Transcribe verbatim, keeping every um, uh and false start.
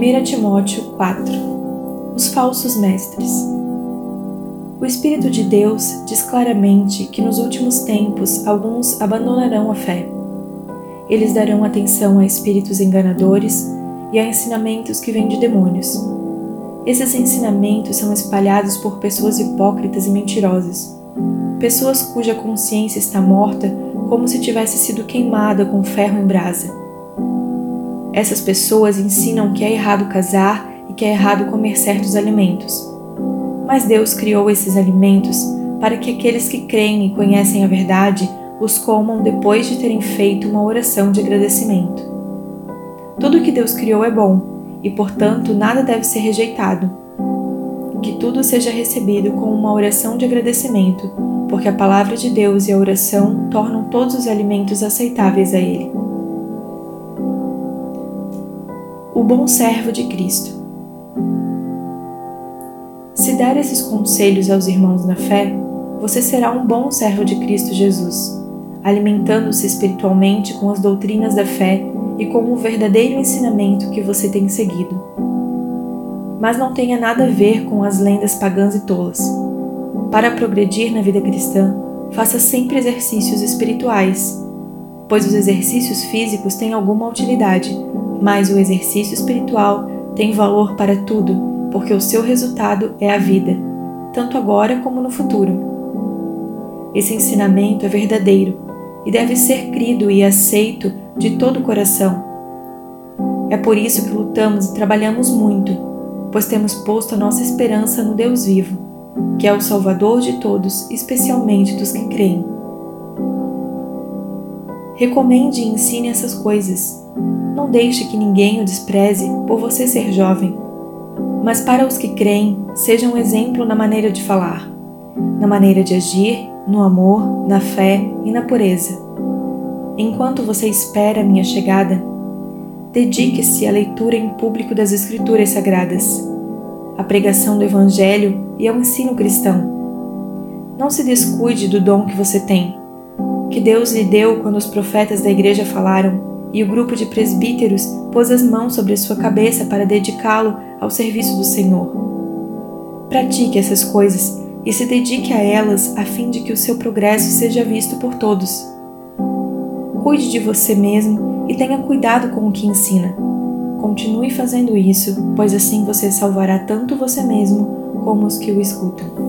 primeira Timóteo quatro. Os falsos mestres. O Espírito de Deus diz claramente que nos últimos tempos alguns abandonarão a fé. Eles darão atenção a espíritos enganadores e a ensinamentos que vêm de demônios. Esses ensinamentos são espalhados por pessoas hipócritas e mentirosas, pessoas cuja consciência está morta como se tivesse sido queimada com ferro em brasa. Essas pessoas ensinam que é errado casar e que é errado comer certos alimentos. Mas Deus criou esses alimentos para que aqueles que creem e conhecem a verdade os comam depois de terem feito uma oração de agradecimento. Tudo que Deus criou é bom e, portanto, nada deve ser rejeitado. Que tudo seja recebido com uma oração de agradecimento, porque a palavra de Deus e a oração tornam todos os alimentos aceitáveis a Ele. O bom servo de Cristo. Se der esses conselhos aos irmãos na fé, você será um bom servo de Cristo Jesus, alimentando-se espiritualmente com as doutrinas da fé e com o verdadeiro ensinamento que você tem seguido. Mas não tenha nada a ver com as lendas pagãs e tolas. Para progredir na vida cristã, faça sempre exercícios espirituais, pois os exercícios físicos têm alguma utilidade, mas o exercício espiritual tem valor para tudo, porque o seu resultado é a vida, tanto agora como no futuro. Esse ensinamento é verdadeiro e deve ser crido e aceito de todo o coração. É por isso que lutamos e trabalhamos muito, pois temos posto a nossa esperança no Deus vivo, que é o Salvador de todos, especialmente dos que creem. Recomende e ensine essas coisas. Não deixe que ninguém o despreze por você ser jovem. Mas para os que creem, seja um exemplo na maneira de falar, na maneira de agir, no amor, na fé e na pureza. Enquanto você espera a minha chegada, dedique-se à leitura em público das Escrituras Sagradas, à pregação do Evangelho e ao ensino cristão. Não se descuide do dom que você tem, que Deus lhe deu quando os profetas da igreja falaram e o grupo de presbíteros pôs as mãos sobre a sua cabeça para dedicá-lo ao serviço do Senhor. Pratique essas coisas e se dedique a elas a fim de que o seu progresso seja visto por todos. Cuide de você mesmo e tenha cuidado com o que ensina. Continue fazendo isso, pois assim você salvará tanto você mesmo como os que o escutam.